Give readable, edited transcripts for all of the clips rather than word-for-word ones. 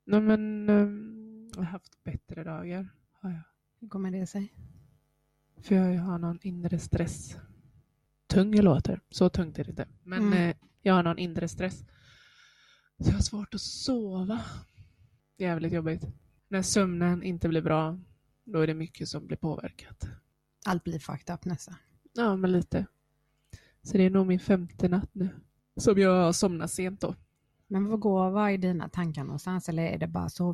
Nej, men jag har haft bättre dagar. Har jag. Hur kommer det sig? För jag har någon inre stress. Tung jag låter. Så tungt är det inte. Men jag har någon inre stress. Så jag har svårt att sova. Jävligt jobbigt. När sömnen inte blir bra, då är det mycket som blir påverkat. Allt blir fucked up nästan. Ja, men lite. Så det är nog min 5:e natt nu. Som jag somnar sent då. Men vad är dina tankar någonstans? Eller är det bara sov?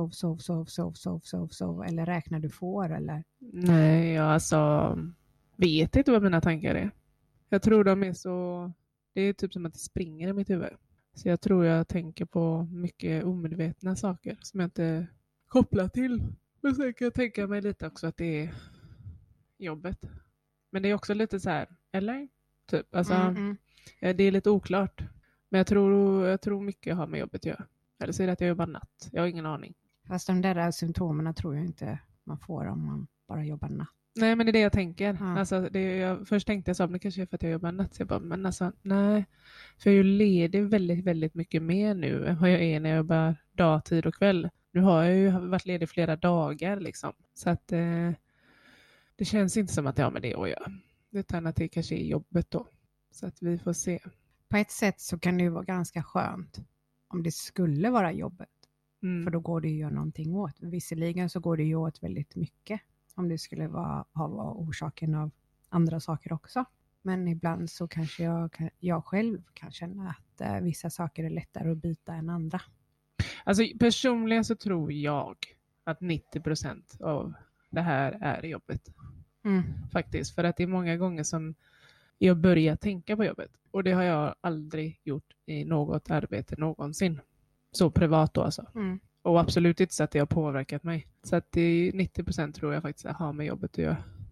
Eller räknar du får? Eller? Nej, jag alltså vet inte vad mina tankar är. Jag tror de är så... Det är typ som att det springer i mitt huvud. Så jag tror jag tänker på mycket omedvetna saker som jag inte kopplar till. Men sen kan jag tänka mig lite också att det är jobbet. Men det är också lite så här, eller? Typ, alltså, det är lite oklart. Men jag tror mycket har med jobbet att göra. Eller så är det att jag jobbar natt. Jag har ingen aning. Fast de där symptomerna tror jag inte man får om man bara jobbar natt. Nej, men det är det jag tänker. Ja. Alltså, först tänkte jag så, men det kanske är för att jag jobbar natt. Så jag bara, men alltså, nej. För jag är ju ledig väldigt, väldigt mycket mer nu än vad jag är när jag jobbar dagtid och kväll. Nu har jag ju varit ledig flera dagar liksom. Så att det känns inte som att jag har med det att göra. Utan att det kanske är jobbet då. Så att vi får se. På ett sätt så kan det ju vara ganska skönt om det skulle vara jobbet. För då går det ju att göra någonting åt. Visserligen så går det ju åt väldigt mycket. Om det skulle vara orsaken av andra saker också. Men ibland så kanske jag själv kan känna att vissa saker är lättare att byta än andra. Alltså personligen så tror jag att 90% av det här är jobbet. Faktiskt. För att det är många gånger som jag börjar tänka på jobbet. Och det har jag aldrig gjort i något arbete någonsin. Så privat då alltså. Och absolut inte så att det har påverkat mig. Så att det är 90% tror jag faktiskt har med jobbet att göra.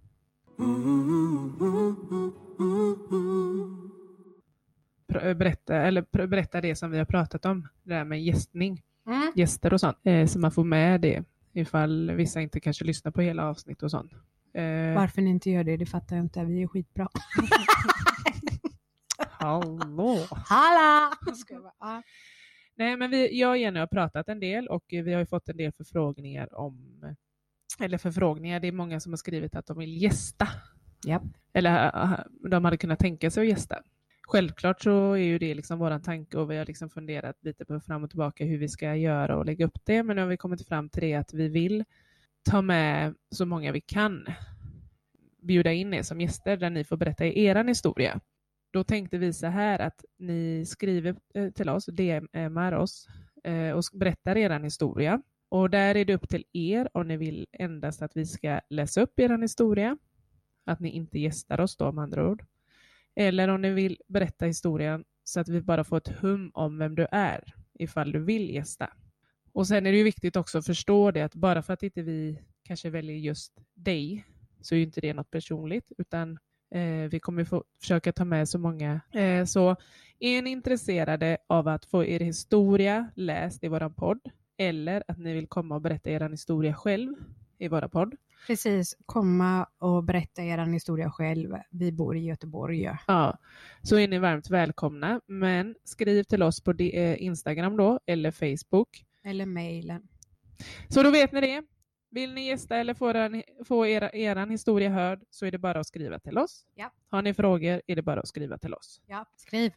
Berätta det som vi har pratat om. Det där med gästning. Gäster och sånt. Så man får med det. Ifall vissa inte kanske lyssnar på hela avsnitt och sånt. Varför ni inte gör det fattar jag inte. Vi är skitbra. Hallå! Nej, men jag och Jenny har pratat en del och vi har ju fått en del förfrågningar det är många som har skrivit att de vill gästa. Yep. Eller de hade kunnat tänka sig att gästa. Självklart så är ju det liksom våran tanke och vi har liksom funderat lite på fram och tillbaka hur vi ska göra och lägga upp det. Men nu har vi kommit fram till det att vi vill ta med så många vi kan. Bjuda in er som gäster där ni får berätta er historia. Då tänkte vi så här att ni skriver till oss, DM:ar oss och berättar er historia. Och där är det upp till er om ni vill endast att vi ska läsa upp er historia. Att ni inte gästar oss då med andra ord. Eller om ni vill berätta historien så att vi bara får ett hum om vem du är ifall du vill gästa. Och sen är det ju viktigt också att förstå det att bara för att inte vi kanske väljer just dig så är ju inte det något personligt utan vi kommer försöka ta med så många. Så är ni intresserade av att få er historia läst i våran podd eller att ni vill komma och berätta er historia själv i våra podd. Precis, komma och berätta er historia själv. Vi bor i Göteborg. Ja, så är ni varmt välkomna. Men skriv till oss på Instagram då eller Facebook. Eller mejlen. Så då vet ni det. Vill ni gästa eller få er historia hörd så är det bara att skriva till oss. Ja. Har ni frågor är det bara att skriva till oss. Ja, skriv.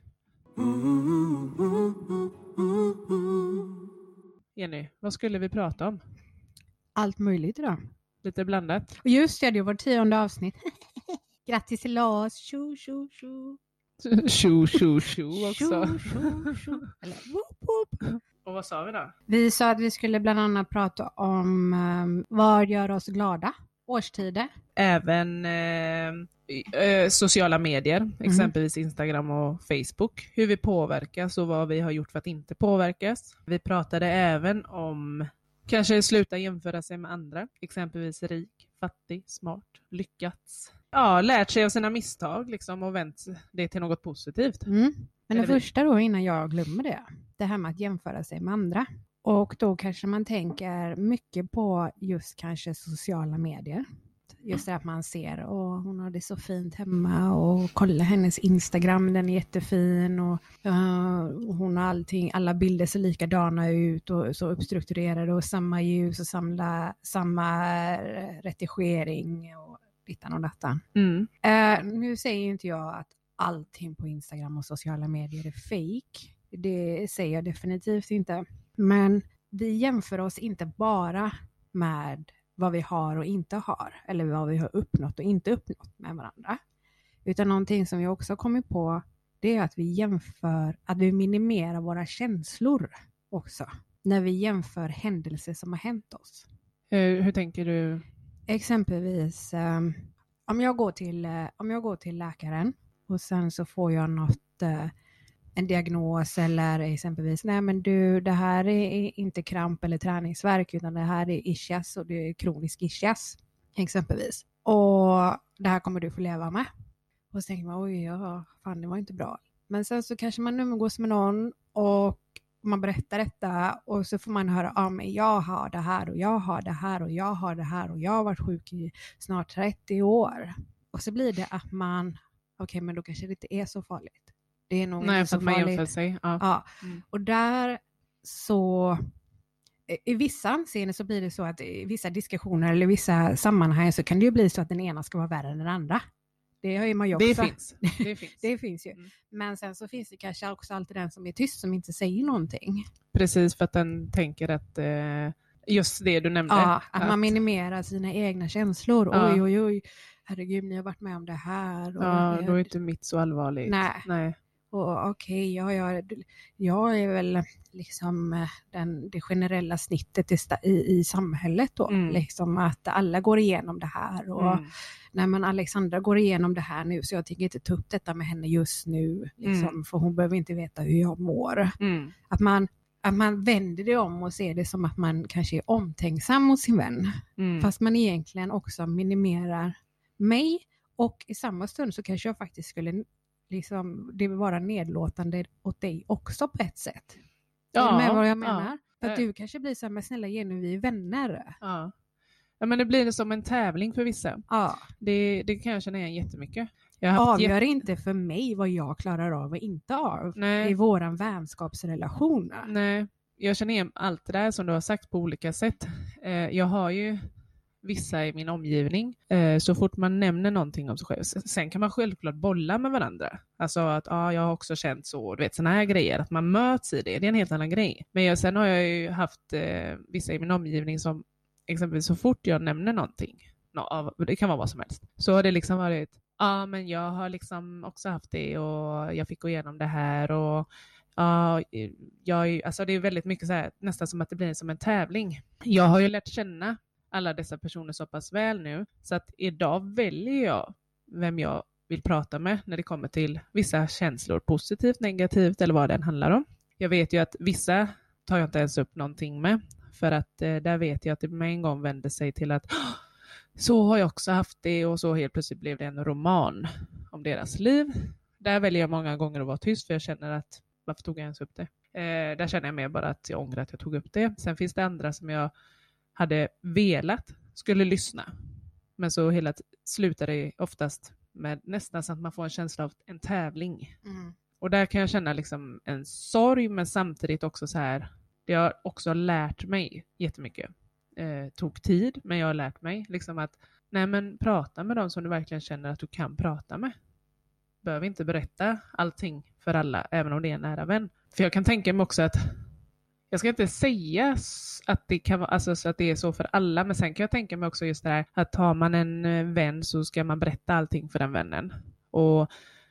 Jenny, vad skulle vi prata om? Allt möjligt idag. Lite blandat. Och just det är vårt 10:e avsnitt. Grattis till oss. Tjo, tjo, tjo. Tjo, tjo, tjo också. Tjo, tjo, tjo. Eller whoop, whoop. Och vad sa vi då? Vi sa att vi skulle bland annat prata om vad gör oss glada. Årstider. Även sociala medier, exempelvis Instagram och Facebook. Hur vi påverkas och vad vi har gjort för att inte påverkas. Vi pratade även om kanske sluta jämföra sig med andra. Exempelvis rik, fattig, smart, lyckats. Ja, lärt sig av sina misstag liksom, och vänt det till något positivt. Men det första då innan jag glömmer det här med att jämföra sig med andra. Och då kanske man tänker mycket på just kanske sociala medier. just det att man ser, hon har det så fint hemma och kolla hennes Instagram, den är jättefin och hon har allting, alla bilder ser likadana ut och så uppstrukturerade och samma ljus och samma redigering och dittan och dattan. Nu säger inte jag att allting på Instagram och sociala medier är fake. Det säger jag definitivt inte. Men vi jämför oss inte bara med vad vi har och inte har. Eller vad vi har uppnått och inte uppnått med varandra. Utan någonting som vi också har kommit på, det är att vi jämför, att vi minimerar våra känslor också. När vi jämför händelser som har hänt oss. Hur tänker du? Exempelvis om jag går till läkaren och sen så får jag en diagnos eller exempelvis, nej men du, det här är inte kramp eller träningsvärk utan det här är ischias och det är kronisk ischias exempelvis. Och det här kommer du få leva med. Och så tänker man, oj ja, fan det var inte bra. Men sen så kanske man umgås med någon och man berättar detta och så får man höra, men jag har det här och jag har det här och jag har det här och jag har varit sjuk i snart 30 år. Och så blir det att man, okej, men då kanske det inte är så farligt. Det är nog inte så farligt. Man jämför sig. Ja. Och där så i vissa anseenden så blir det så att i vissa diskussioner eller vissa sammanhang så kan det ju bli så att den ena ska vara värre än den andra. Det har ju man ju också. Det finns ju. Men sen så finns det kanske också alltid den som är tyst som inte säger någonting. Precis, för att den tänker att just det du nämnde. Ja, att man minimerar sina egna känslor. Ja. Oj, herregud, ni har varit med om det här. Och ja, då är inte mitt så allvarligt. Nej. Och okej, jag är väl liksom det generella snittet i samhället då. Liksom att alla går igenom det här. Och när man Alexandra går igenom det här nu så jag tänker inte ta upp detta med henne just nu. Liksom, för hon behöver inte veta hur jag mår. Att man vänder det om och ser det som att man kanske är omtänksam mot sin vän. Fast man egentligen också minimerar mig. Och i samma stund så kanske jag faktiskt skulle liksom, det vill vara nedlåtande åt dig också på ett sätt. Ja, med vad jag menar? För att du kanske blir så här, men snälla Jenny, vi är vänner. Ja, men det blir som en tävling för vissa. Ja. Det kan jag känna igen jättemycket. Avgör inte för mig vad jag klarar av och inte av. Nej. I våran vänskapsrelation. Nej, jag känner igen allt det där som du har sagt på olika sätt. Jag har ju vissa i min omgivning, så fort man nämner någonting om sig själv. Sen kan man självklart bolla med varandra. Alltså att jag har också känt så, du vet, såna här grejer. Att man möts i det är en helt annan grej. Men sen har jag ju haft vissa i min omgivning som exempelvis så fort jag nämner någonting, det kan vara vad som helst, så har det liksom varit, men jag har liksom också haft det och jag fick gå igenom det här och alltså det är väldigt mycket så här, nästan som att det blir som en tävling. Jag har ju lärt känna alla dessa personer så pass väl nu så att idag väljer jag vem jag vill prata med när det kommer till vissa känslor, positivt, negativt eller vad det handlar om. Jag vet ju att vissa tar jag inte ens upp någonting med för att där vet jag att det med en gång vänder sig till att så har jag också haft det och så helt plötsligt blev det en roman om deras liv. Där väljer jag många gånger att vara tyst för jag känner att varför tog jag ens upp det? Där känner jag mer bara att jag ångrar att jag tog upp det. Sen finns det andra som jag hade velat skulle lyssna. Men så slutar det oftast med nästan så att man får en känsla av en tävling. Och där kan jag känna liksom en sorg men samtidigt också så här, det har också lärt mig jättemycket. Tog tid men jag har lärt mig liksom att prata med dem som du verkligen känner att du kan prata med. Behöver inte berätta allting för alla även om det är en nära vän. För jag kan tänka mig också att jag ska inte säga att det kan vara, alltså, så att det är så för alla, men sen kan jag tänka mig också just det här att har man en vän så ska man berätta allting för den vännen. Och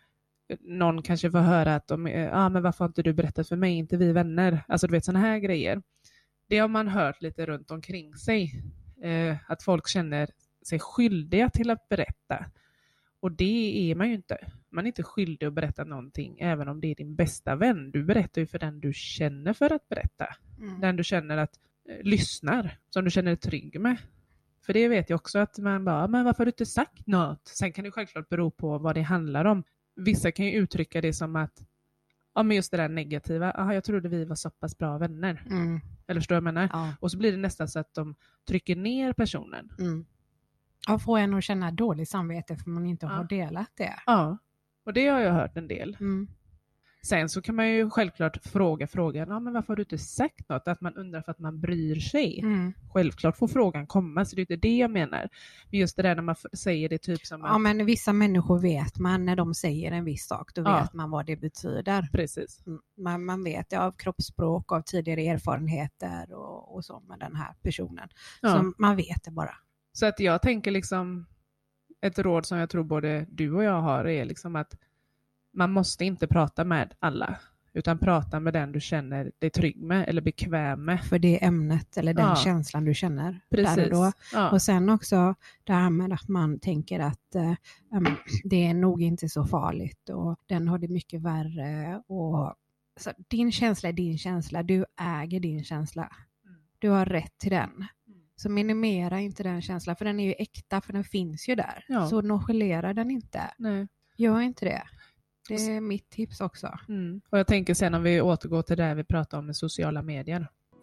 någon kanske får höra att men varför har inte du berättat för mig, inte vi vänner? Alltså du vet såna här grejer. Det har man hört lite runt omkring sig. Att folk känner sig skyldiga till att berätta. Och det är man ju inte. Man är inte skyldig att berätta någonting även om det är din bästa vän. Du berättar ju för den du känner för att berätta. Den du känner att lyssnar. Som du känner dig trygg med. För det vet jag också att man bara, men varför har du inte sagt något? Sen kan det självklart bero på vad det handlar om. Vissa kan ju uttrycka det som att men just det där negativa. Jag trodde vi var så pass bra vänner. Eller förstår jag menar? Ja. Och så blir det nästan så att de trycker ner personen. Ja, få en att känna dåligt samvete för man inte har delat det. Ja, och det har jag hört en del. Sen så kan man ju självklart fråga frågan, men varför har du inte sagt något? Att man undrar för att man bryr sig. Självklart får frågan komma, så det är inte det jag menar. Men just det där när man säger det typ som... Ja, men vissa människor vet man när de säger en viss sak, då vet man vad det betyder. Precis. Man vet av kroppsspråk, av tidigare erfarenheter och så med den här personen. Så man vet det bara. Så att jag tänker liksom, ett råd som jag tror både du och jag har är liksom att man måste inte prata med alla, utan prata med den du känner dig trygg med eller bekväm med. För det ämnet eller den känslan du känner. Precis. Där och då. Ja. Och sen också det här med att man tänker att det är nog inte så farligt och den har det mycket värre. Och, så, din känsla är din känsla, du äger din känsla. Du har rätt till den. Så minimera inte den känslan, för den är ju äkta, för den finns ju där. Ja. Så nonchalera den inte. Nej. Gör inte det. Det är mitt tips också. Och jag tänker sen om vi återgår till det vi pratade om med sociala medier.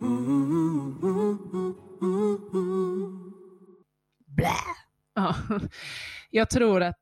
Blä! Ja. Jag tror att,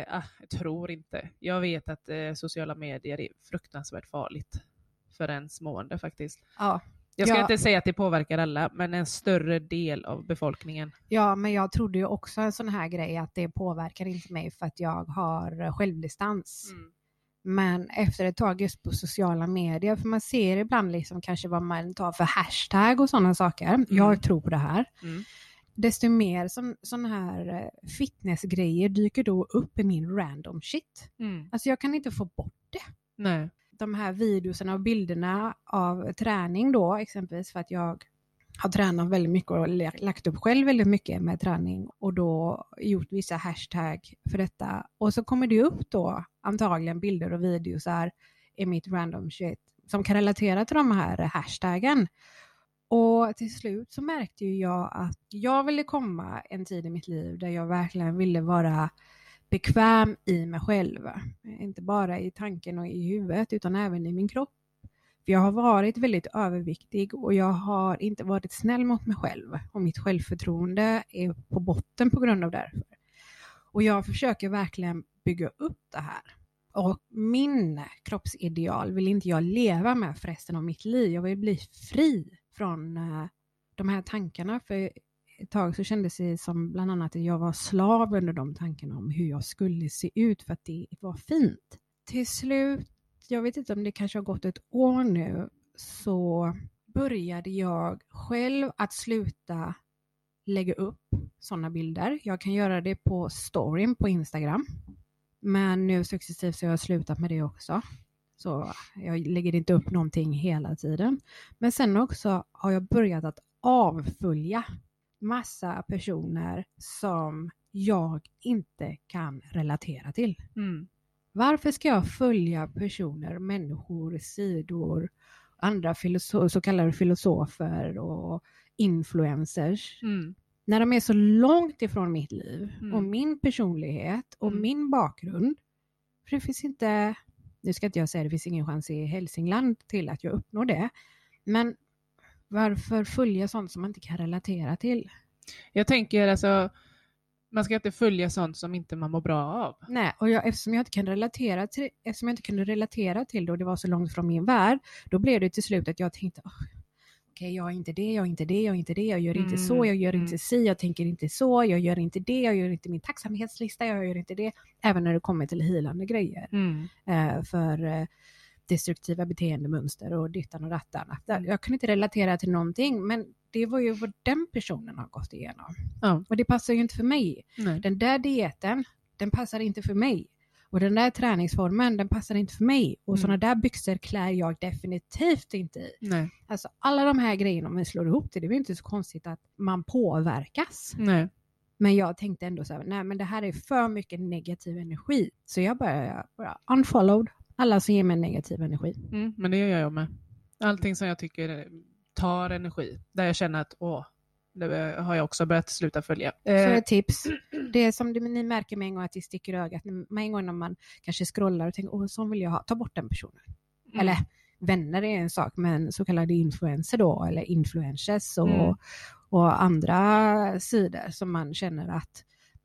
jag vet att sociala medier är fruktansvärt farligt för ens mående faktiskt. Ja. Jag ska inte säga att det påverkar alla, men en större del av befolkningen. Ja, men jag trodde ju också en sån här grej att det påverkar inte mig för att jag har självdistans. Men efter ett tag just på sociala medier, för man ser ibland liksom kanske vad man tar för hashtag och sådana saker. Jag tror på det här. Desto mer som sådana här fitnessgrejer dyker då upp i min random shit. Alltså jag kan inte få bort det. Nej. De här videorna och bilderna av träning då, exempelvis för att jag har tränat väldigt mycket och lagt upp själv väldigt mycket med träning och då gjort vissa hashtag för detta. Och så kommer det upp då antagligen bilder och videos här i mitt random shit som kan relatera till de här hashtaggen. Och till slut så märkte ju jag att jag ville komma en tid i mitt liv där jag verkligen ville vara bekväm i mig själv. Inte bara i tanken och i huvudet utan även i min kropp. Jag har varit väldigt överviktig och jag har inte varit snäll mot mig själv. Och mitt självförtroende är på botten på grund av det. Och jag försöker verkligen bygga upp det här. Och min kroppsideal vill inte jag leva med för resten av mitt liv. Jag vill bli fri från de här tankarna. För ett tag så kändes det som bland annat att jag var slav under de tankarna om hur jag skulle se ut för att det var fint. Till slut, jag vet inte om det kanske har gått ett år nu, så började jag själv att sluta lägga upp sådana bilder. Jag kan göra det på storyn på Instagram. Men nu successivt så har jag slutat med det också. Så jag lägger inte upp någonting hela tiden. Men sen också har jag börjat att avfölja massa personer som jag inte kan relatera till. Varför ska jag följa personer, människor, sidor, andra så kallade filosofer och influencers när de är så långt ifrån mitt liv och min personlighet och min bakgrund? För det finns inte, nu ska inte jag säga det finns ingen chans i Hälsingland till att jag uppnår det, men varför följa sånt som man inte kan relatera till? Jag tänker alltså, man ska inte följa sånt som inte man mår bra av. Nej, och eftersom jag inte kunde relatera till det och det var så långt från min värld, då blev det till slut att jag tänkte, okej, jag är inte det, jag är inte det, jag är inte det, jag gör inte så, jag gör inte si, jag tänker inte så, jag gör inte det, jag gör inte min tacksamhetslista, jag gör inte det, även när det kommer till healande grejer. För destruktiva beteendemönster och dittan och rattan. Jag kunde inte relatera till någonting, men det var ju vad den personen har gått igenom. Och det passar ju inte för mig. Nej. Den där dieten, den passar inte för mig. Och den där träningsformen, den passar inte för mig. Och sådana där byxor klär jag definitivt inte i. Nej. Alltså alla de här grejerna, om vi slår ihop det är väl inte så konstigt att man påverkas. Nej. Men jag tänkte ändå så här, nej men det här är för mycket negativ energi. Så jag bara unfollowed alla som ger mig negativ energi. Men det gör jag med. Allting som jag tycker tar energi. Där jag känner att det har jag också börjat sluta följa. Så ett tips. Det är som ni märker med en gång att det sticker i ögat. Med en gång när man kanske scrollar och tänker, så vill jag ha. Ta bort den personen. Eller vänner är en sak, men så kallade influencer då. Eller influencers och andra sidor som man känner att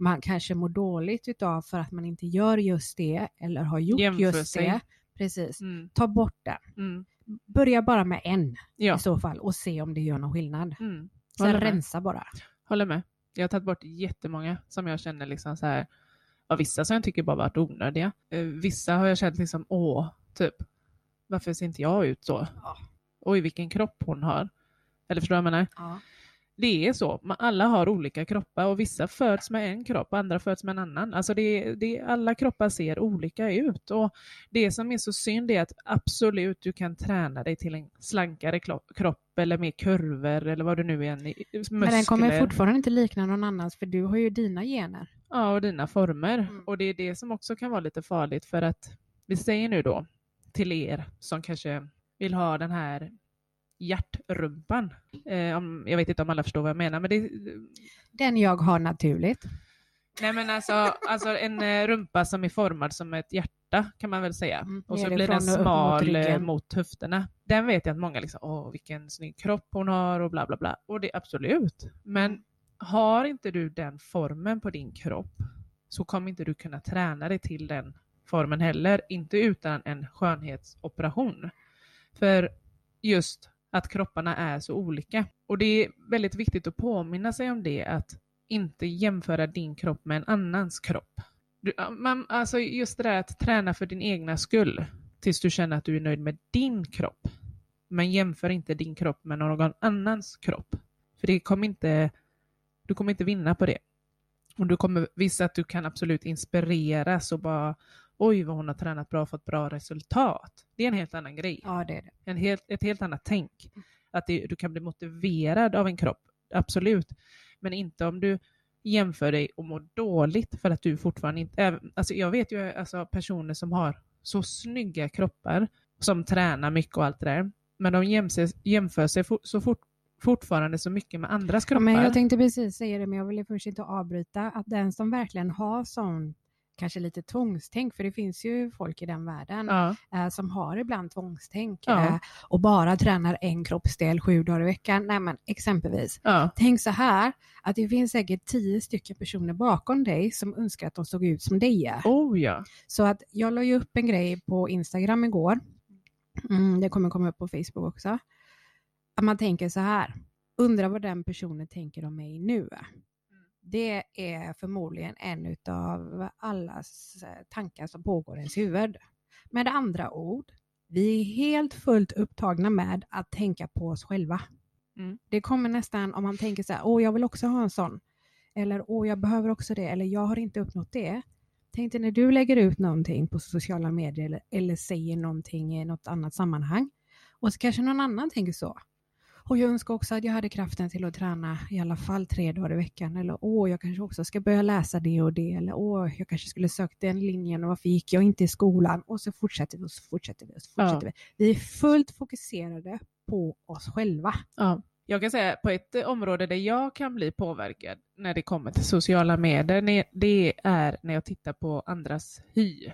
man kanske mår dåligt utav för att man inte gör just det eller har gjort Jämför just sig. det. Precis. Ta bort den. Börja bara med en i så fall och se om det gör någon skillnad. Sen rensa bara. Håller med. Jag har tagit bort jättemånga som jag känner liksom så här, av vissa som jag tycker bara varit onödiga. Vissa har jag känt liksom, typ, varför ser inte jag ut så? Ja. Oj, vilken kropp hon har. Eller förstår du vad jag menar? Ja. Det är så. Alla har olika kroppar och vissa föds med en kropp och andra föds med en annan. Alltså alla kroppar ser olika ut. Och det som är så synd är att absolut du kan träna dig till en slankare kropp eller med kurvor eller vad du nu är. Muskler. Men den kommer fortfarande inte likna någon annans för du har ju dina gener. Ja, och dina former. Och det är det som också kan vara lite farligt för att vi säger nu då till er som kanske vill ha den här hjärtrumpan. Jag vet inte om alla förstår vad jag menar. Men den jag har naturligt. Nej men alltså en rumpa som är formad som ett hjärta kan man väl säga. Och så blir den smal mot höfterna. Den vet jag att många liksom, vilken snygg kropp hon har och bla bla bla. Och det är absolut. Men har inte du den formen på din kropp så kommer inte du kunna träna dig till den formen heller. Inte utan en skönhetsoperation. För just att kropparna är så olika. Och det är väldigt viktigt att påminna sig om det, att inte jämföra din kropp med en annans kropp. Alltså just det där att träna för din egna skull tills du känner att du är nöjd med din kropp. Men jämför inte din kropp med någon annans kropp. För du kommer inte vinna på det. Och du kommer visa att du kan absolut inspireras och bara oj vad hon har tränat bra och fått bra resultat. Det är en helt annan grej. Ja, det är det. Ett helt annat tänk. Att du kan bli motiverad av en kropp. Absolut. Men inte om du jämför dig och mår dåligt för att du fortfarande inte... Alltså jag vet ju personer som har så snygga kroppar som tränar mycket och allt det där. Men de jämför sig fortfarande så mycket med andras kroppar. Ja, men jag tänkte precis säga det, men jag ville först inte avbryta. Att den som verkligen har sån kanske lite tvångstänk, för det finns ju folk i den världen som har ibland tvångstänk och bara tränar en kroppsdel 7 dagar i veckan. Nej, men exempelvis. Tänk så här, att det finns säkert 10 stycken personer bakom dig som önskar att de såg ut som dig. Så att jag la ju upp en grej på Instagram igår. Det kommer komma upp på Facebook också. Att man tänker så här, undrar vad den personen tänker om mig nu. Det är förmodligen en av allas tankar som pågår i ens huvud. Med andra ord, vi är helt fullt upptagna med att tänka på oss själva. Det kommer nästan, om man tänker så här, jag vill också ha en sån. Eller jag behöver också det. Eller jag har inte uppnått det. Tänk dig när du lägger ut någonting på sociala medier eller säger någonting i något annat sammanhang. Och så kanske någon annan tänker så. Och jag önskar också att jag hade kraften till att träna i alla fall 3 dagar i veckan. Eller jag kanske också ska börja läsa det och det. Eller jag kanske skulle sökt den linjen och varför gick jag inte i skolan? Och så fortsätter vi och så fortsätter vi och så fortsätter vi. Vi är fullt fokuserade på oss själva. Ja. Jag kan säga på ett område där jag kan bli påverkad när det kommer till sociala medier. Det är när jag tittar på andras hy.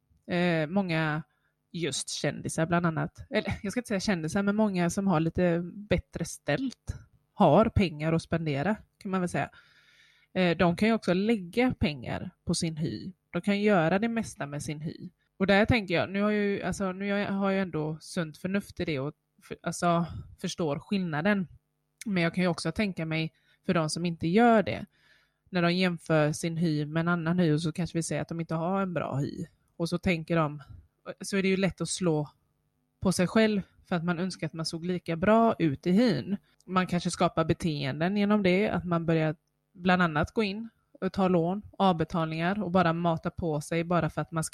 Många just kändisar bland annat. Eller jag ska inte säga kändisar, men många som har lite bättre ställt. Har pengar att spendera kan man väl säga. De kan ju också lägga pengar på sin hy. De kan göra det mesta med sin hy. Och där tänker jag, nu har jag ändå sunt förnuft i det och förstår skillnaden. Men jag kan ju också tänka mig för de som inte gör det. När de jämför sin hy med en annan hy och så kanske vi säger att de inte har en bra hy. Och så tänker de, så är det ju lätt att slå på sig själv för att man önskar att man såg lika bra ut i hyn. Man kanske skapar beteenden genom det, att man börjar bland annat gå in och ta lån, avbetalningar och bara mata på sig bara för att man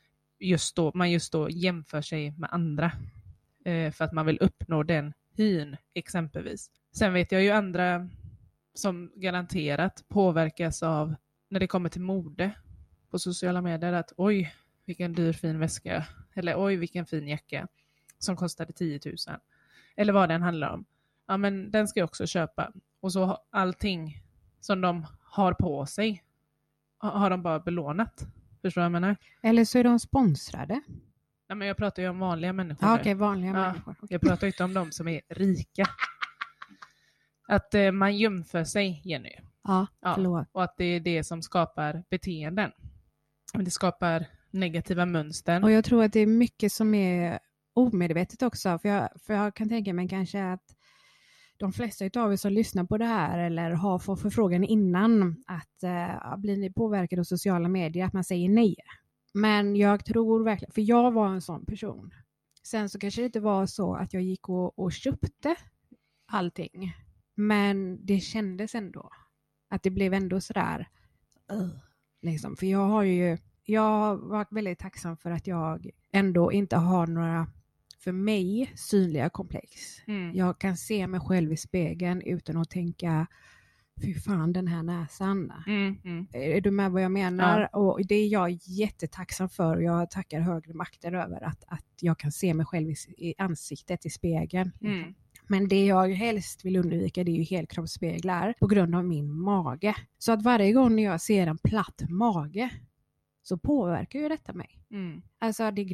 just då jämför sig med andra för att man vill uppnå den hyn exempelvis. Sen vet jag ju andra som garanterat påverkas av när det kommer till mode på sociala medier att oj, vilken dyr fin väska eller oj, vilken fin jacka som kostade 10 000 eller vad den handlar om. Ja, men den ska jag också köpa. Och så allting som de har på sig har de bara belånat. Förstår du vad jag menar? Eller så är de sponsrade. Nej, men jag pratar ju om vanliga människor. Ja, okej, vanliga människor. Okay. Jag pratar inte om de som är rika. Att man jämför sig, Jenny. Ja, förlåt. Och att det är det som skapar beteenden. Det skapar negativa mönster. Och jag tror att det är mycket som är omedvetet också. För jag kan tänka mig kanske att de flesta av er som lyssnar på det här eller har fått förfrågan innan att blir ni påverkade av sociala medier, att man säger nej. Men jag tror verkligen, för jag var en sån person. Sen så kanske det inte var så att jag gick och köpte allting. Men det kändes ändå. Att det blev ändå sådär. Liksom. För jag har varit väldigt tacksam för att jag ändå inte har några, för mig, synliga komplex. Jag kan se mig själv i spegeln utan att tänka, fy fan den här näsan. Är du med vad jag menar? Ja. Och det är jag jättetacksam för. Och jag tackar högre makter över att jag kan se mig själv i ansiktet i spegeln. Men det jag helst vill undvika, det är ju helkroppsspeglar på grund av min mage. Så att varje gång jag ser en platt mage så påverkar ju detta mig. Alltså det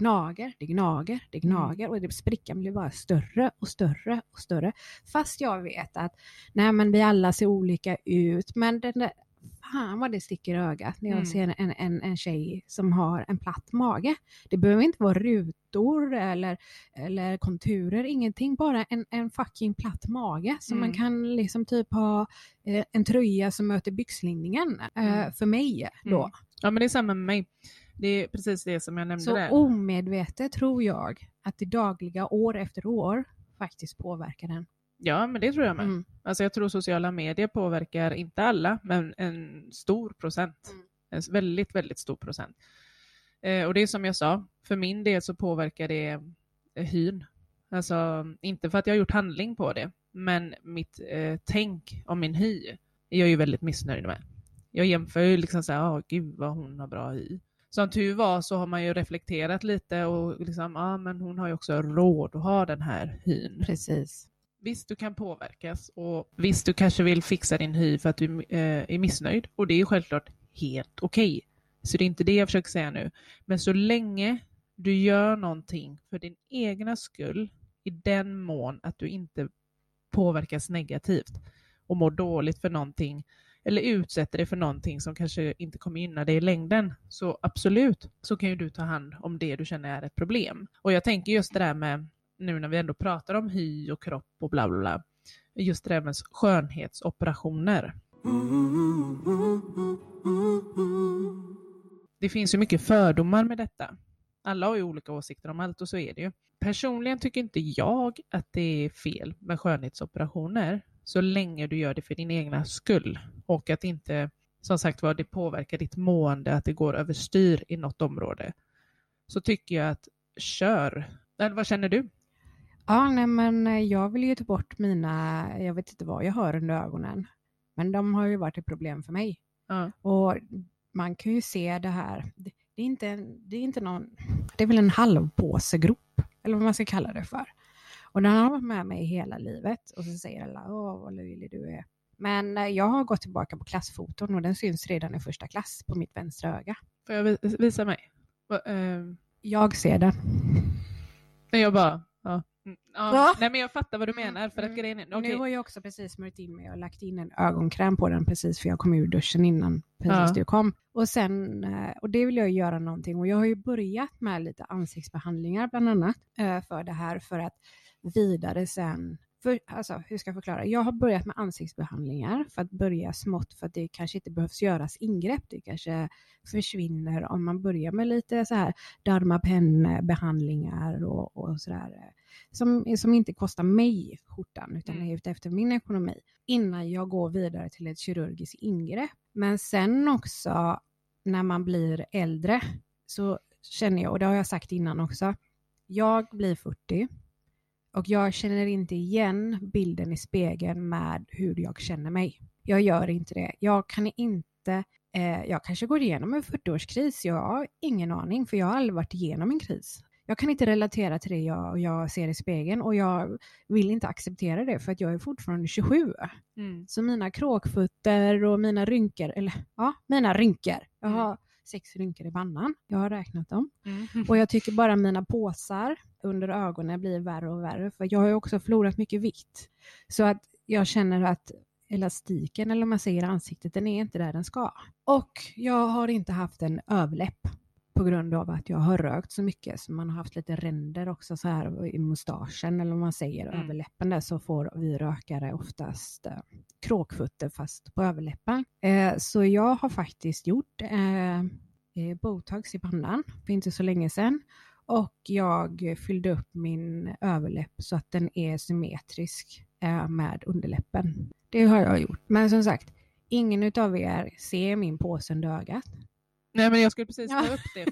gnager och sprickan blir bara större och större och större. Fast jag vet att nej, men vi alla ser olika ut, men den där, fan vad det sticker i ögat när jag ser en tjej som har en platt mage. Det behöver inte vara rutor eller konturer, ingenting, bara en fucking platt mage som man kan liksom typ ha en tröja som möter byxlinningen för mig då. Ja, men det är samma med mig. Det är precis det som jag nämnde så där. Så omedvetet tror jag att det dagliga år efter år faktiskt påverkar den. Ja, men det tror jag med. Alltså jag tror sociala medier påverkar inte alla, men en stor procent. En väldigt, väldigt stor procent. Och det är som jag sa, för min del så påverkar det hyn. Alltså inte för att jag har gjort handling på det, men mitt tänk om min hy är jag ju väldigt missnöjd med. Jag jämför ju liksom så här, gud vad hon har bra hy. Som tur var så har man ju reflekterat lite och liksom, men hon har ju också råd att ha den här hyn. Precis. Visst, du kan påverkas och visst, du kanske vill fixa din hy för att du är missnöjd. Och det är ju självklart helt okej. Så det är inte det jag försöker säga nu. Men så länge du gör någonting för din egna skull i den mån att du inte påverkas negativt och mår dåligt för någonting eller utsätter dig för någonting som kanske inte kommer gynna dig i längden, så absolut så kan ju du ta hand om det du känner är ett problem. Och jag tänker just det där med, nu när vi ändå pratar om hy och kropp och bla bla bla, just det där med skönhetsoperationer. Det finns ju mycket fördomar med detta. Alla har ju olika åsikter om allt och så är det ju. Personligen tycker inte jag att det är fel med skönhetsoperationer så länge du gör det för din egna skull och att inte, som sagt var, det påverkar ditt mående, att det går överstyr i något område. Så tycker jag att kör. Eller vad känner du? Ja, nej, men jag vill ju ta bort jag vet inte vad jag har under ögonen. Men de har ju varit ett problem för mig. Ja. Och man kan ju se det här. Det är inte någon, det är väl en halvpåsegrop, eller vad man ska kalla det för. Och den har varit med mig hela livet. Och så säger alla, vad löjlig du är. Men jag har gått tillbaka på klassfoton och den syns redan i första klass på mitt vänstra öga. Får jag visa mig? Jag ser den. Jag bara, ja. Nej, men jag fattar vad du menar. För att grejen är, Nu har jag också precis smörjt in mig och lagt in en ögonkräm på den precis för jag kom ur duschen innan precis du kom. Och sen, och det vill jag göra någonting. Och jag har ju börjat med lite ansiktsbehandlingar bland annat för det här, för att vidare sen, hur ska jag förklara? Jag har börjat med ansiktsbehandlingar för att börja smått, för att det kanske inte behövs göras ingrepp. Det kanske försvinner om man börjar med lite så här dermapenbehandlingar och sådär. Som inte kostar mig skjortan utan är ute efter min ekonomi. Innan jag går vidare till ett kirurgiskt ingrepp. Men sen också när man blir äldre så känner jag, och det har jag sagt innan också, jag blir 40. Och jag känner inte igen bilden i spegeln med hur jag känner mig. Jag gör inte det. Jag kan inte, jag kanske går igenom en 40-årskris. Jag har ingen aning, för jag har aldrig varit igenom en kris. Jag kan inte relatera till det jag ser i spegeln, och jag vill inte acceptera det för att jag är fortfarande 27. Så mina kråkfötter och mina rynkor, jag har 6 rynkor i pannan. Jag har räknat dem. Och jag tycker bara mina påsar under ögonen blir värre och värre. För jag har ju också förlorat mycket vikt. Så att jag känner att elastiken, eller om man säger ansiktet, den är inte där den ska. Och jag har inte haft en överläpp på grund av att jag har rökt så mycket, så man har haft lite ränder också så här i mustaschen, eller om man säger överläppen där, så får vi rökare oftast kråkfötter fast på överläppen. Så jag har faktiskt gjort botox i pannan för inte så länge sedan, och jag fyllde upp min överläpp så att den är symmetrisk med underläppen. Det har jag gjort. Men som sagt, ingen utav er ser min påse under ögat. Nej, men jag skulle precis ta upp det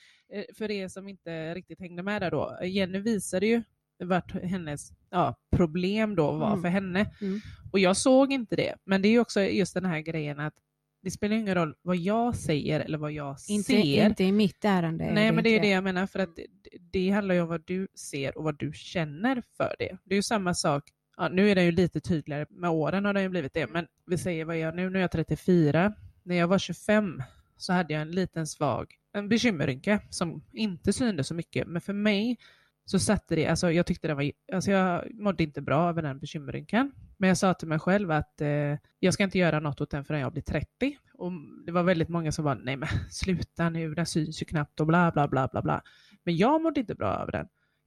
för er som inte riktigt hängde med där då. Jenny visade ju vart hennes problem då var för henne. Och jag såg inte det. Men det är ju också just den här grejen att det spelar ingen roll vad jag säger eller vad jag ser. Inte i mitt ärende. Nej, men det är det jag menar. För att det handlar ju om vad du ser och vad du känner för det. Det är ju samma sak. Ja, nu är det ju lite tydligare. Med åren har det ju blivit det. Men vi säger vad jag nu är jag 34. När jag var 25 så hade jag en liten en bekymmerrynka som inte syntes så mycket. Men för mig så satte det, alltså jag tyckte det var, alltså jag mådde inte bra över den bekymmerrynkan. Men jag sa till mig själv att jag ska inte göra något åt den förrän jag blir 30. Och det var väldigt många som var, nej men sluta nu, den syns ju knappt och bla bla bla bla bla. Men jag mådde inte bra över den.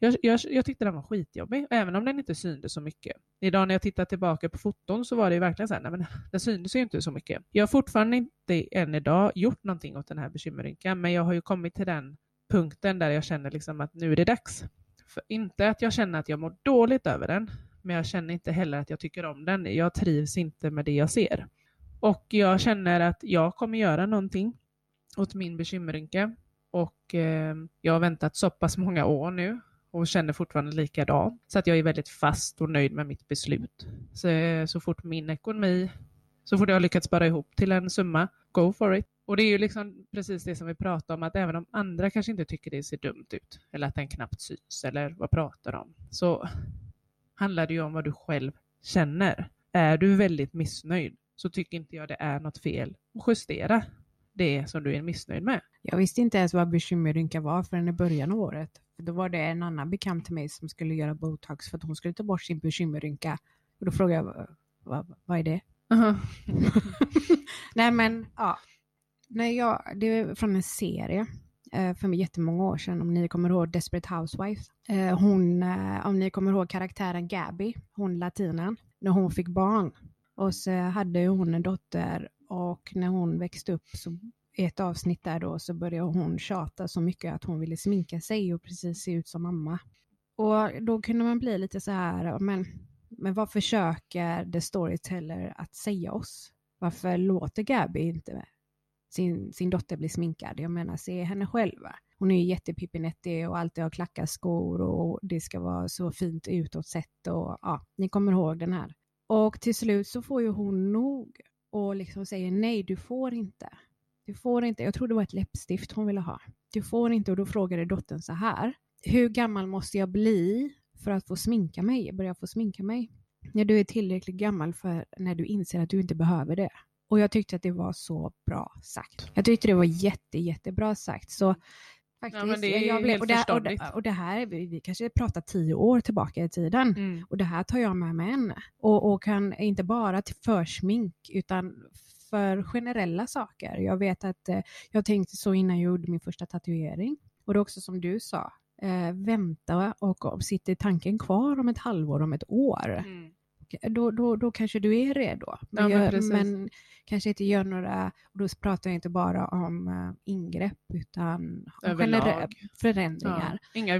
Jag tyckte den var skitjobbig, även om den inte syntes så mycket. Idag när jag tittar tillbaka på foton så var det ju verkligen så här, nej men den syntes ju inte så mycket. Jag har fortfarande inte än idag gjort någonting åt den här bekymmerrynkan, men jag har ju kommit till den punkten där jag känner liksom att nu är det dags. För inte att jag känner att jag mår dåligt över den, men jag känner inte heller att jag tycker om den. Jag trivs inte med det jag ser. Och jag känner att jag kommer göra någonting åt min bekymmerrynka. Och jag har väntat så pass många år nu och känner fortfarande likadant. Så att jag är väldigt fast och nöjd med mitt beslut. Så fort min ekonomi, så fort jag har lyckats spara ihop till en summa, go for it. Och det är ju liksom precis det som vi pratar om, att även om andra kanske inte tycker det ser dumt ut, eller att den knappt syns, eller vad pratar om, så handlar det ju om vad du själv känner. Är du väldigt missnöjd så tycker inte jag det är något fel att justera det som du är missnöjd med. Jag visste inte ens vad bekymmerrynka var förrän i början av året. Då var det en annan bekant till mig som skulle göra botox för att hon skulle ta bort sin bekymmerrynka. Och då frågade jag, vad är det? Nej men, ja. Det är från en serie för jättemånga år sedan, om ni kommer ihåg Desperate Housewives. Om ni kommer ihåg karaktären Gabby, hon latinen, när hon fick barn. Och så hade hon en dotter, och när hon växte upp så i ett avsnitt där då så började hon tjata så mycket att hon ville sminka sig och precis se ut som mamma. Och då kunde man bli lite så här, men vad försöker The Storyteller att säga oss? Varför låter Gabby inte sin dotter bli sminkad? Jag menar, se henne själva. Hon är ju jättepippinettig och alltid har klackarskor och det ska vara så fint utåt sett, och ja, ni kommer ihåg den här. Och till slut så får ju hon nog och liksom säger nej, du får inte. Du får inte. Jag tror det var ett läppstift hon ville ha. Du får inte, och då frågade dottern så här: hur gammal måste jag bli för att få sminka mig? Börja få sminka mig? När du är tillräckligt gammal för när du inser att du inte behöver det. Och jag tyckte att det var så bra sagt. Jag tyckte det var jättebra sagt. Så faktiskt, ja, men det är helt förståndigt. Och det här, vi kanske pratar 10 år tillbaka i tiden. Och det här tar jag med mig än. Och kan inte bara till försmink utan för generella saker. Jag vet att jag tänkte så innan jag gjorde min första tatuering. Och det är också som du sa. Vänta och sitter tanken kvar om ett halvår, om ett år. Då kanske du är redo. Men kanske inte gör några, och då pratar jag inte bara om ingrepp utan förändringar. Ja, inga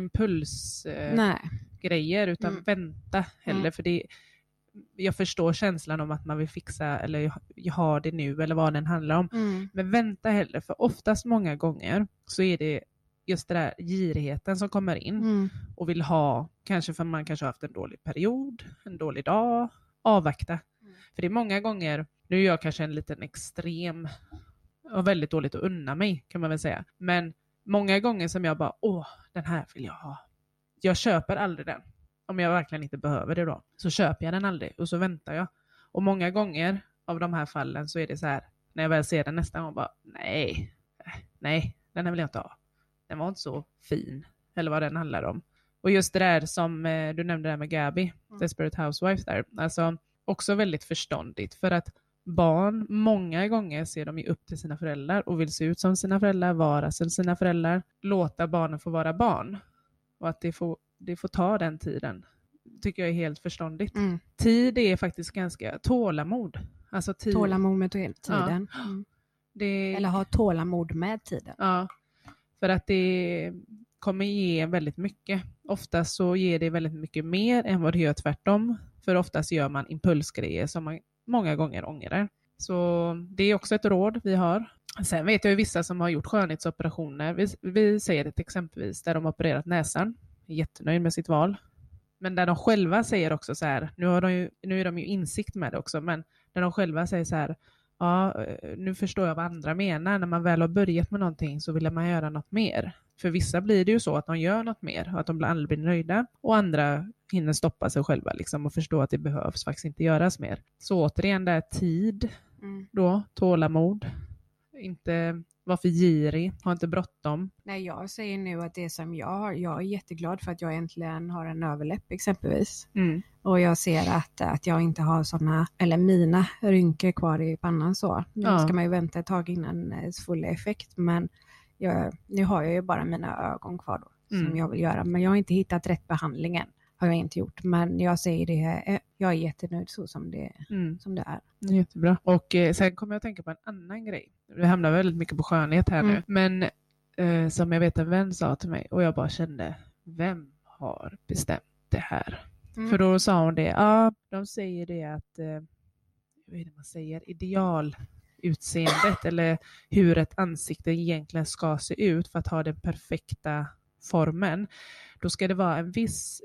impulsgrejer utan vänta heller. För jag förstår känslan om att man vill fixa eller jag har det nu eller vad den handlar om. Men vänta heller, för oftast många gånger så är det just det där girigheten som kommer in och vill ha, kanske för man kanske har haft en dålig period, en dålig dag, avvakta. För det är många gånger, nu är jag kanske en liten extrem och väldigt dåligt att unna mig kan man väl säga. Men många gånger som jag bara, den här vill jag ha. Jag köper aldrig den. Om jag verkligen inte behöver det då, så köper jag den aldrig och så väntar jag. Och många gånger av de här fallen så är det så här, när jag väl ser den nästa gång bara, nej, den här vill jag inte ha. Den var inte så fin, eller vad den handlar om. Och just det där som du nämnde där med Gabby, Desperate Housewives där. Alltså, också väldigt förståndigt, för att barn, många gånger ser de ju upp till sina föräldrar och vill se ut som sina föräldrar, vara som sina föräldrar, låta barnen få vara barn. Och att det får ta den tiden. Tycker jag är helt förståndigt. Tid är faktiskt ganska tålamod. Alltså tålamod med tiden. Ja. Eller ha tålamod med tiden. Ja, för att det kommer ge väldigt mycket. Oftast så ger det väldigt mycket mer än vad det gör tvärtom. För oftast gör man impulsgrejer som man många gånger ångrar. Så det är också ett råd vi har. Sen vet jag ju vissa som har gjort skönhetsoperationer. Vi säger det exempelvis där de opererat näsan. Är jättenöjd med sitt val. Men där de själva säger också så här, nu är de ju insikt med det också, men där de själva säger så här, ja, nu förstår jag vad andra menar. När man väl har börjat med någonting så vill man göra något mer. För vissa blir det ju så att de gör något mer och att de aldrig blir nöjda. Och andra hinner stoppa sig själva liksom, och förstå att det behövs faktiskt inte göras mer. Så återigen, det är tid, då, tålamod. Inte vara för girig, ha inte bråttom. Nej, jag säger nu att det som jag är jätteglad för att jag äntligen har en överläpp exempelvis. Och jag ser att jag inte har sådana, eller mina rynkor kvar i pannan så. Nu ska man ju vänta ett tag innan full effekt, men nu har jag ju bara mina ögon kvar då, som jag vill göra. Men jag har inte hittat rätt behandlingen. Har jag inte gjort, men jag säger det, jag är jättenöjd så som det är. Jättebra. Och sen kommer jag att tänka på en annan grej. Det hamnar väldigt mycket på skönhet här nu. Men som jag vet en vän sa till mig, och jag bara kände, vem har bestämt det här? För då sa hon det, de säger det att, vad är det man säger, idealutseendet eller hur ett ansikte egentligen ska se ut för att ha den perfekta formen. Då ska det vara en viss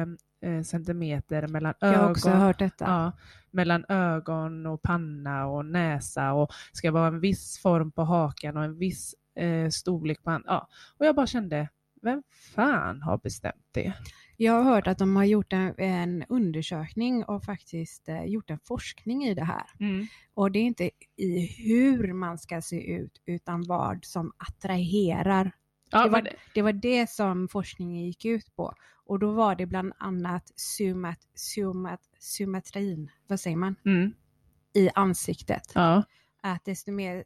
centimeter mellan ögon. Jag har också hört detta. Ja, mellan ögon och panna och näsa, och ska vara en viss form på hakan och en viss storlek på ja. Och jag bara kände, vem fan har bestämt det? Jag har hört att de har gjort en undersökning och faktiskt gjort en forskning i det här. Och det är inte i hur man ska se ut utan vad som attraherar. Ja, det var det som forskningen gick ut på. Och då var det bland annat symmetrin, vad säger man? I ansiktet. Ja. Att desto mer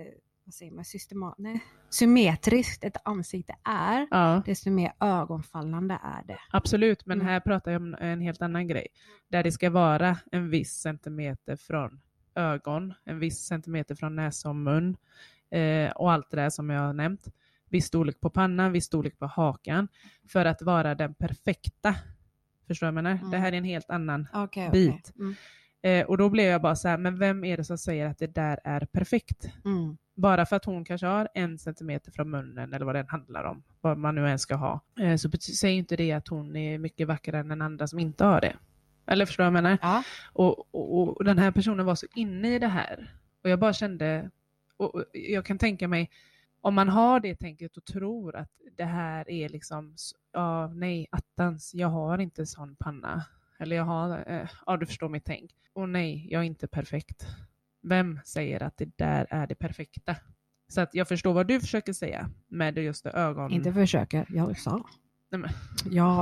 symmetriskt ett ansikte är, desto mer ögonfallande är det. Absolut, men här pratar jag om en helt annan grej. Där det ska vara en viss centimeter från ögon, en viss centimeter från näsa och mun och allt det där som jag har nämnt. Viss storlek på pannan, viss storlek på hakan. För att vara den perfekta. Förstår jag menar? Det här är en helt annan bit. Och då blev jag bara så här, men vem är det som säger att det där är perfekt? Bara för att hon kanske har 1 centimeter från munnen eller vad den handlar om. Vad man nu än ska ha. Så säger inte det att hon är mycket vackrare än den andra som inte har det. Eller förstår jag menar? Ja. Och den här personen var så inne i det här. Och jag bara kände, och jag kan tänka mig, om man har det tänket och tror att det här är liksom, nej, attans, jag har inte sån panna. Eller jag har, du förstår mitt tänk. Och nej, jag är inte perfekt. Vem säger att det där är det perfekta? Så att jag förstår vad du försöker säga med just det ögon. Inte försöker, jag sa. Nej, men. Ja.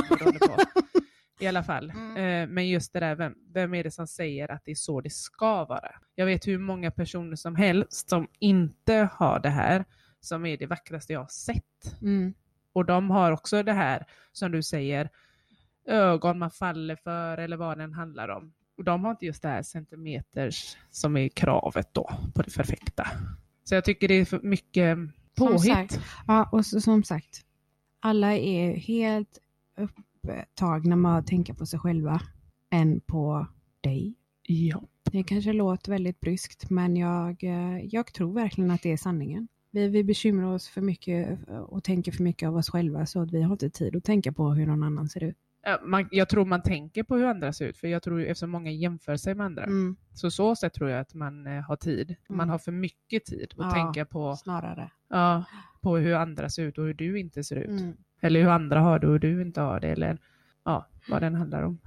I alla fall. Men just det där, vem är det som säger att det är så det ska vara? Jag vet hur många personer som helst som inte har det här, som är det vackraste jag har sett. Och de har också det här, som du säger, ögon man faller för eller vad den handlar om. Och de har inte just det här centimeters som är kravet då på det perfekta. Så jag tycker det är för mycket påhitt. Ja, och som sagt, alla är helt upptagna med att tänka på sig själva än på dig. Ja. Det kanske låter väldigt bryskt, men jag tror verkligen att det är sanningen. Vi bekymrar oss för mycket och tänker för mycket av oss själva, så att vi har inte tid att tänka på hur någon annan ser ut. Jag tror man tänker på hur andra ser ut, för jag tror eftersom många jämför sig med andra. Så sätt tror jag att man har tid. Man har för mycket tid att tänka på, snarare. Ja, på hur andra ser ut och hur du inte ser ut. Eller hur andra har det och hur du inte har det, eller vad den handlar om.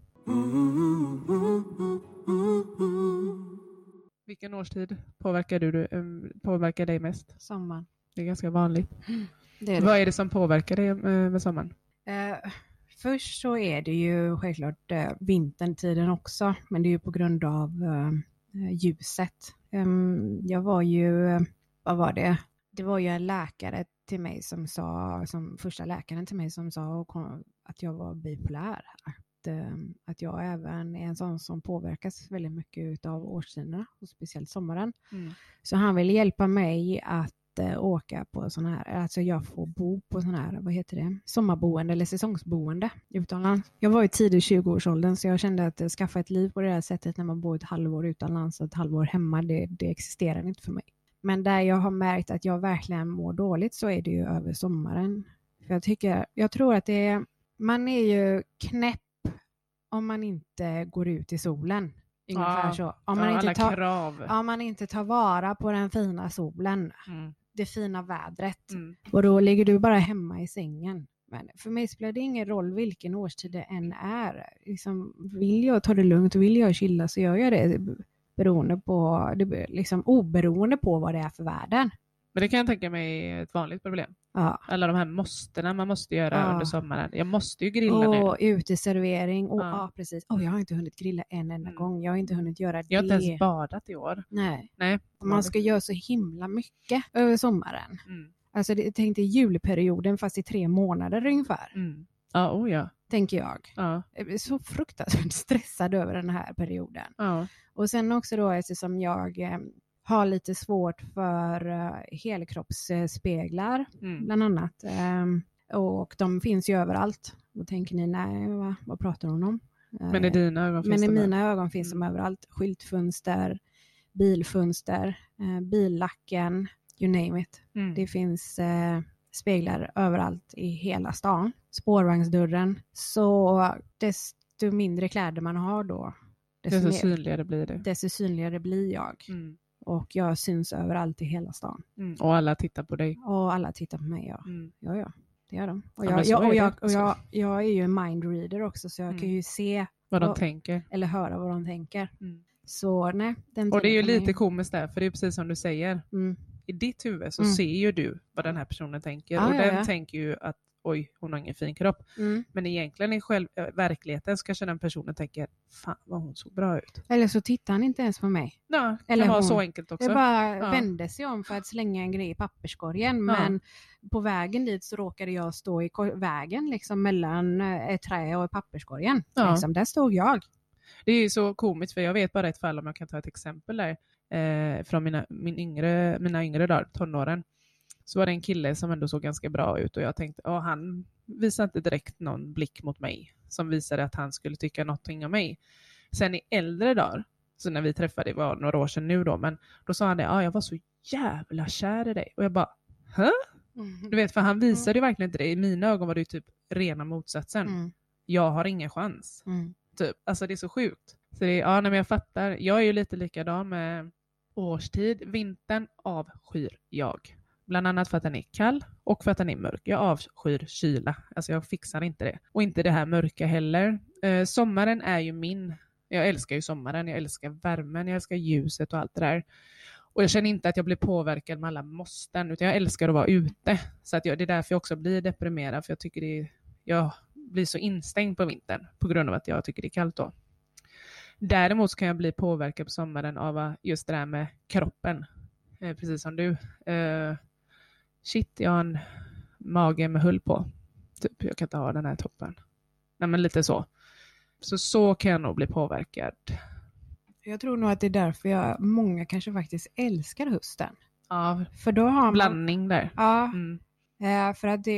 Vilken årstid påverkar dig mest? Sommaren. Det är ganska vanligt. Det är det. Vad är det som påverkar dig med sommaren? Först så är det ju självklart vintertiden också, men det är ju på grund av ljuset. Jag var ju, vad var det? Det var ju en läkare till mig som sa, som första läkaren till mig som sa att jag var bipolär. Att jag även är en sån som påverkas väldigt mycket av årstiderna och speciellt sommaren. Så han ville hjälpa mig att åka på sån här, alltså jag får bo på sån här, vad heter det, sommarboende eller säsongsboende utomlands. Jag var i tidig 20-årsåldern så jag kände att skaffa ett liv på det här sättet när man bor ett halvår utomlands och ett halvår hemma, det existerar inte för mig. Men där jag har märkt att jag verkligen mår dåligt så är det ju över sommaren. För jag tror att man är ju knäpp om man inte går ut i solen. Ungefär så. Om man inte tar vara på den fina solen, det fina vädret. Och då ligger du bara hemma i sängen. Men för mig spelar det ingen roll vilken årstid det än är. Liksom, vill jag ta det lugnt och vill jag chilla så gör jag det. Oberoende på vad det är för världen. Men det kan jag tänka mig är ett vanligt problem. Ja. Alla de här måstena man måste göra under sommaren. Jag måste ju grilla nu. Och uteservering. Och precis. Jag har inte hunnit grilla en enda gång. Jag har inte hunnit göra det. Jag har inte ens badat i år. Nej. Man ska göra så himla mycket över sommaren. Alltså jag tänkte julperioden fast i 3 månader ungefär. Ja. Tänker jag. Jag är så fruktansvärt stressad över den här perioden. Och sen också då eftersom jag har lite svårt för helkroppsspeglar bland annat. Och de finns ju överallt. Då tänker ni, nej, vad pratar hon om? Men i dina ögon finns de mina ögon finns de överallt. Skyltfönster, bilfönster, billacken, you name it. Det finns speglar överallt i hela stan. Spårvagnsdörren. Så desto mindre kläder man har då, desto synligare blir det. Desto synligare blir jag. Och jag syns överallt i hela stan. Och alla tittar på dig. Och alla tittar på mig, ja. Ja, det gör de. Och jag är ju en mindreader också, så jag kan ju se vad de tänker. Eller höra vad de tänker. Så nej. Och det är ju lite komiskt där, för det är precis som du säger. I ditt huvud så ser ju du vad den här personen tänker. Och den tänker ju att oj, hon har ingen fin kropp. Men egentligen i verkligheten så kanske den personen tänker, fan vad hon såg bra ut. Eller så tittar han inte ens på mig. Ja, det kan vara så enkelt också. Jag bara vände sig om för att slänga en grej i papperskorgen. Men på vägen dit så råkade jag stå i vägen liksom mellan ett trä och papperskorgen. Liksom, där stod jag. Det är ju så komiskt, för jag vet bara ett fall, om jag kan ta ett exempel där. Från mina yngre dagar, tonåren. Så var det en kille som ändå såg ganska bra ut och jag tänkte, han visade inte direkt någon blick mot mig som visade att han skulle tycka någonting om mig. Sen i äldre dagar, så när vi träffade, det var några år sedan nu då, men då sa han det, jag var så jävla kär i dig. Och jag bara, Du vet, för han visade ju verkligen inte det. I mina ögon var det ju typ rena motsatsen. Jag har ingen chans. Typ. Alltså det är så sjukt. Så det är, men jag fattar. Jag är ju lite likadan med årstid. Vintern avskyr jag. Bland annat för att den är kall och för att den är mörk. Jag avskyr kyla. Alltså jag fixar inte det. Och inte det här mörka heller. Sommaren är ju min. Jag älskar ju sommaren. Jag älskar värmen. Jag älskar ljuset och allt det där. Och jag känner inte att jag blir påverkad med alla måsten. Utan jag älskar att vara ute. Så att det är därför jag också blir deprimerad. För jag tycker jag blir så instängd på vintern. På grund av att jag tycker det är kallt då. Däremot kan jag bli påverkad på sommaren av just det där med kroppen. Precis som du. Jag har en mage med hull på. Typ, jag kan inte ha den här toppen. Nej, men lite så. Så kan jag nog bli påverkad. Jag tror nog att det är därför många kanske faktiskt älskar hösten. Ja, för då har man blandning där. Ja, för att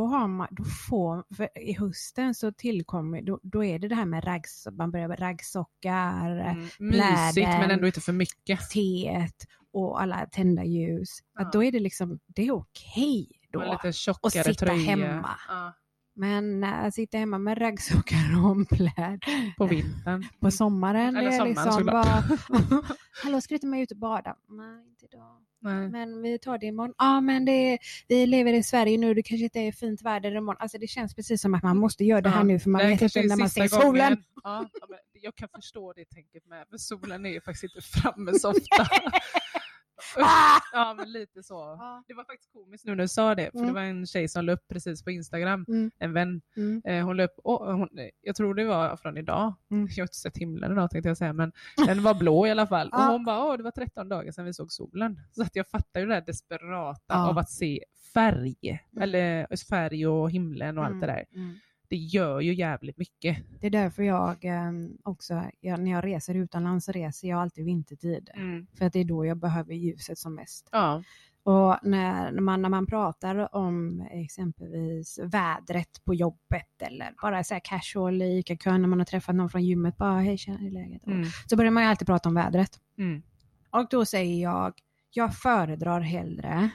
för i hösten så tillkommer, då är det här med man börjar med raggsockar, mysigt men ändå inte för mycket. Teet och alla tända ljus. Att då är det liksom, det är okej då lite tjockare att sitta tröja hemma. Men att sitta hemma med raggsockar och ompläd på vintern. På sommaren eller är sommaren, liksom bara hallå, ska du inte med ut och bada? Nej, inte idag. Nej. Men vi tar det imorgon. Men vi lever i Sverige nu, det kanske inte är fint väder imorgon. Alltså det känns precis som att man måste göra det här nu, för man vet inte när man ser solen. Ja, men jag kan förstå det tänket med, för solen är ju faktiskt inte framme så ofta. Ja, men lite så. Det var faktiskt komiskt nu när du sa det. För det var en tjej som la upp precis på Instagram. En vän. Hon la upp, jag tror det var från idag. Jag har inte sett himlen idag tänkte jag säga. Men den var blå i alla fall. Och hon bara, det var 13 dagar sedan vi såg solen. Så att jag fattar ju det där desperata av att se färg. Eller färg och himlen och allt det där. Det gör ju jävligt mycket. Det är därför jag också, när jag reser utomlands så reser jag alltid vintertid. För att det är då jag behöver ljuset som mest. Ja. Och när man pratar om exempelvis vädret på jobbet eller bara så här casual i ICA-kön när man har träffat någon från gymmet, bara hej, tjena, i läget. Så börjar man ju alltid prata om vädret. Och då säger jag föredrar hellre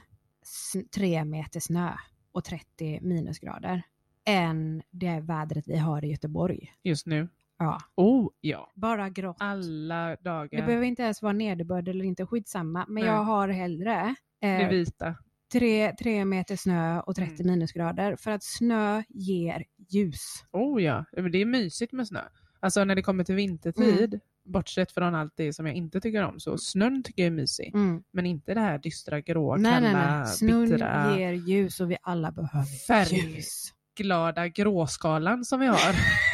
3 meter snö och 30 minusgrader än det vädret vi har i Göteborg. Just nu? Ja. Ja. Bara grått. Alla dagar. Det behöver inte ens vara nederbörd eller inte, skitsamma. Men jag har hellre det vita. 3 meter snö och 30 minusgrader. För att snö ger ljus. Ja, det är mysigt med snö. Alltså när det kommer till vintertid, bortsett från allt det som jag inte tycker om, så snön tycker jag är mysig. Men inte det här dystra, grå, kalla, snön bittra. Ger ljus och vi alla behöver ljus. Glada gråskalan som vi har.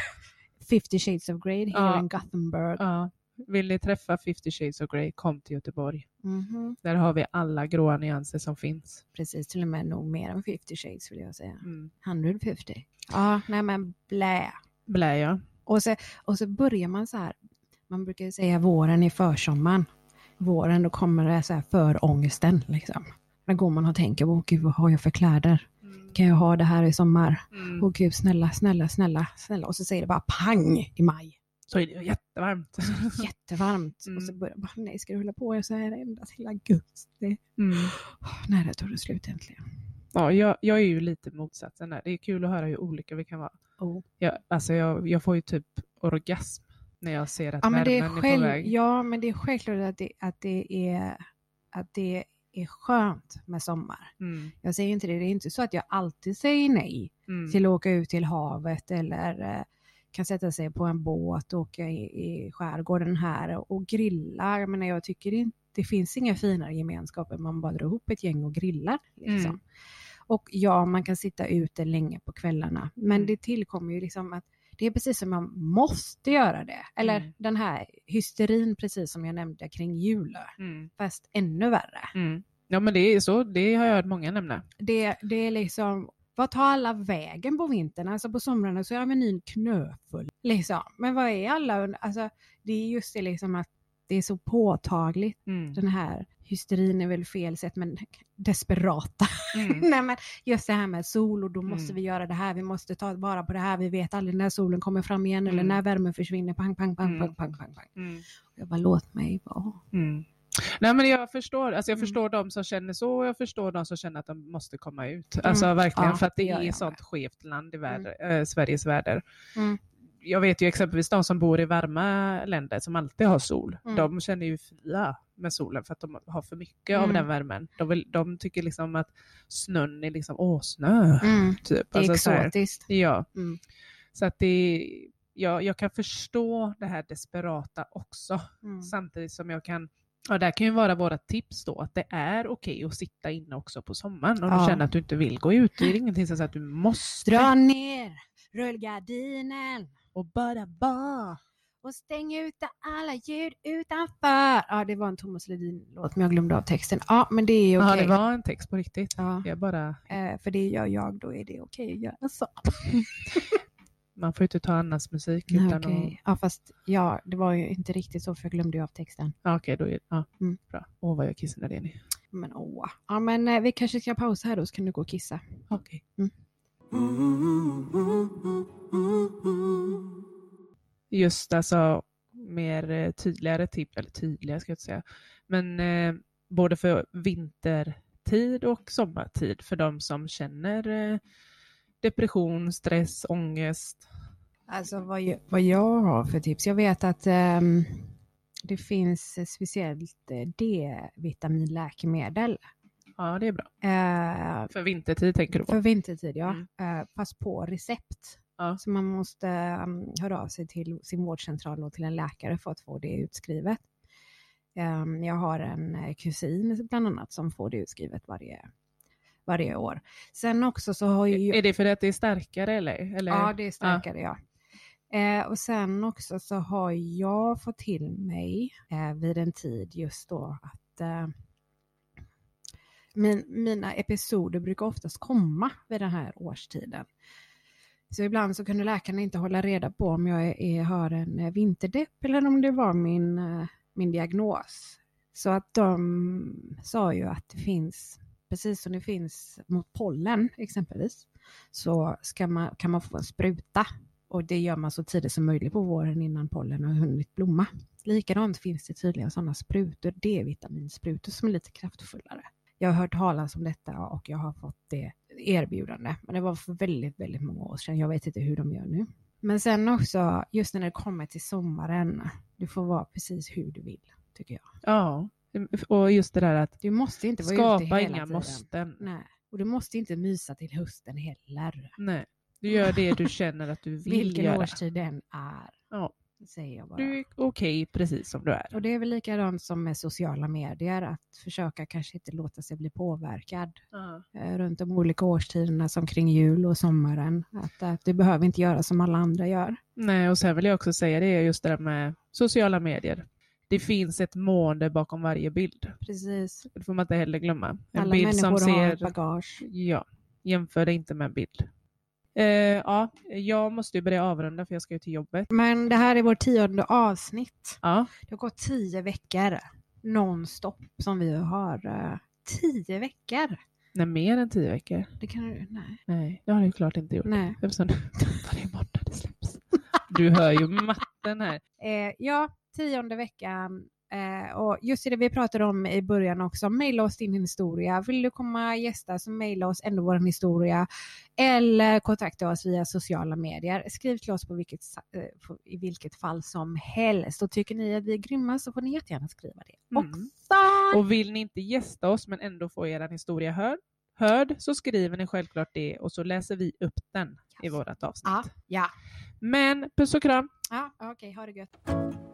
50 Shades of Grey here in Gothenburg. Ja. Vill ni träffa 50 Shades of Grey, kom till Göteborg. Där har vi alla gråa nyanser som finns. Precis, till och med nog mer än 50 Shades vill jag säga. 150. Ja, nej men blä, ja. Och så börjar man så här. Man brukar säga våren i försommaren. Våren, då kommer det så här förångesten liksom. Där går man och tänker, gud, vad har jag för kläder? Kan jag ha det här i sommar? Gud, snälla. Och så säger det bara pang i maj. Så är det jättevarmt. Jättevarmt. Och så börjar man, nej, ska du hålla på så här ända till augusti? Nej, det tog det slut äntligen. Ja, jag är ju lite motsatsen där. Det är kul att höra hur olika vi kan vara. Jag får ju typ orgasm när jag ser att värmen är på väg. Ja, men det är självklart att det är skönt med sommar. Jag säger inte det. Det är inte så att jag alltid säger nej till att åka ut till havet eller kan sätta sig på en båt och åka i skärgården här och grilla. Jag menar, jag tycker det finns inga finare gemenskaper. Man bara drar ihop ett gäng och grillar. Liksom. Och ja, man kan sitta ute länge på kvällarna. Men det tillkommer ju liksom att det är precis som man måste göra det. Eller den här hysterin precis som jag nämnde kring jul. Fast ännu värre. Ja, men det är så. Det har jag hört många nämna. Det är liksom, vad tar alla vägen på vintern? Alltså på somrarna så är Avenyn knöfull. Liksom. Men vad är alla? Alltså, det är just det liksom att det är så påtagligt. Den här hysterin är väl fel sätt, men desperata. Nej, men just det här med sol och då måste vi göra det här. Vi måste ta vara på det här. Vi vet aldrig när solen kommer fram igen eller när värmen försvinner. Pang, pang, pang, pang, pang, pang, pang. Jag bara, låt mig vara. Nej, men jag förstår de som känner så och jag förstår de som känner att de måste komma ut. Alltså verkligen, för att det är ett sånt skevt land i Sveriges väder. Jag vet ju exempelvis de som bor i varma länder som alltid har sol. De känner ju fria med solen för att de har för mycket av den värmen. De tycker liksom att snön är liksom, snö. Typ. Det är alltså, exotiskt. Ja. Så att jag kan förstå det här desperata också. Samtidigt som jag kan. Ja, det kan ju vara våra tips då, att det är okej att sitta inne också på sommaren om du känner att du inte vill gå ut. Det är ingenting som säger att du måste. Dra ner rullgardinen och bara och stäng ut alla ljud utanför. Ja, det var en Thomas Ledin-låt, men jag glömde av texten. Ja, men det är okej. Ja, det var en text på riktigt. Ja. Jag bara. För det gör jag, då är det okej att göra så. Man får ju inte ta annans musik utan att. Ja, fast det var ju inte riktigt så, för jag glömde ju av texten. Okej, då är det bra. Vad jag kissar det ni. Men Ja, men vi kanske ska pausa här då, så kan du gå och kissa. Okej. Just alltså mer tydligare tips, eller tydliga ska jag inte säga. Men både för vintertid och sommartid för de som känner depression, stress, ångest. Alltså vad jag har för tips. Jag vet att det finns speciellt D-vitaminläkemedel. Ja, det är bra. För vintertid tänker du på? För vintertid, ja. Fast på recept. Ja. Så man måste höra av sig till sin vårdcentral och till en läkare för att få det utskrivet. Jag har en kusin bland annat som får det utskrivet varje år. Sen också så har ju... Är det för att det är starkare eller? Ja, det är starkare, ja. Och sen också så har jag fått till mig vid en tid just då att mina episoder brukar oftast komma vid den här årstiden. Så ibland så kunde läkarna inte hålla reda på om jag har en vinterdepp eller om det var min diagnos. Så att de sa ju att det finns, precis som det finns mot pollen exempelvis, så kan man få en spruta. Och det gör man så tidigt som möjligt på våren innan pollen har hunnit blomma. Likadant finns det tydligen sådana sprutor, D-vitaminsprutor som är lite kraftfullare. Jag har hört talas om detta och jag har fått det erbjudande. Men det var för väldigt, väldigt många år sedan. Jag vet inte hur de gör nu. Men sen också, just när det kommer till sommaren, du får vara precis hur du vill, tycker jag. Ja, och just det där att du måste inte vara skapa ute hela inga tiden. Måsten. Nej, och du måste inte mysa till hösten heller. Nej, du gör det du känner att du vill Vilken göra. årstid den är. Ja. Säger jag bara. Du är okej precis som du är. Och det är väl likadant som med sociala medier, att försöka kanske inte låta sig bli påverkad runt de olika årstiderna som kring jul och sommaren. Att du behöver inte göra som alla andra gör. Nej, och sen vill jag också säga det är just det där med sociala medier. Det finns ett mående bakom varje bild. Precis. Det får man inte heller glömma. Alla bild människor som har ett bagage. Ja, jämför det inte med en bild. Ja, jag måste ju börja avrunda för jag ska ju till jobbet. Men det här är vårt 10:e avsnitt. Ja. Det har gått 10 veckor non-stop som vi har. 10 veckor. Nej, mer än 10 veckor. Det kan du, Nej, det har du klart inte gjort. Nej. Eftersom varje måndag det släpps. Du hör ju matten här. Ja, 10:e veckan. Och just det vi pratade om i början också, mejla oss din historia. Vill du komma gästa så mejla oss ändå vår historia eller kontakta oss via sociala medier. Skriv till oss i vilket fall som helst. Och tycker ni att vi är grymma så får ni jättegärna skriva det också. Och vill ni inte gästa oss men ändå få er historia hörd så skriver ni självklart det och så läser vi upp den i vårat avsnitt. Ja. Men puss och kram. Ja, okej, ha det gött.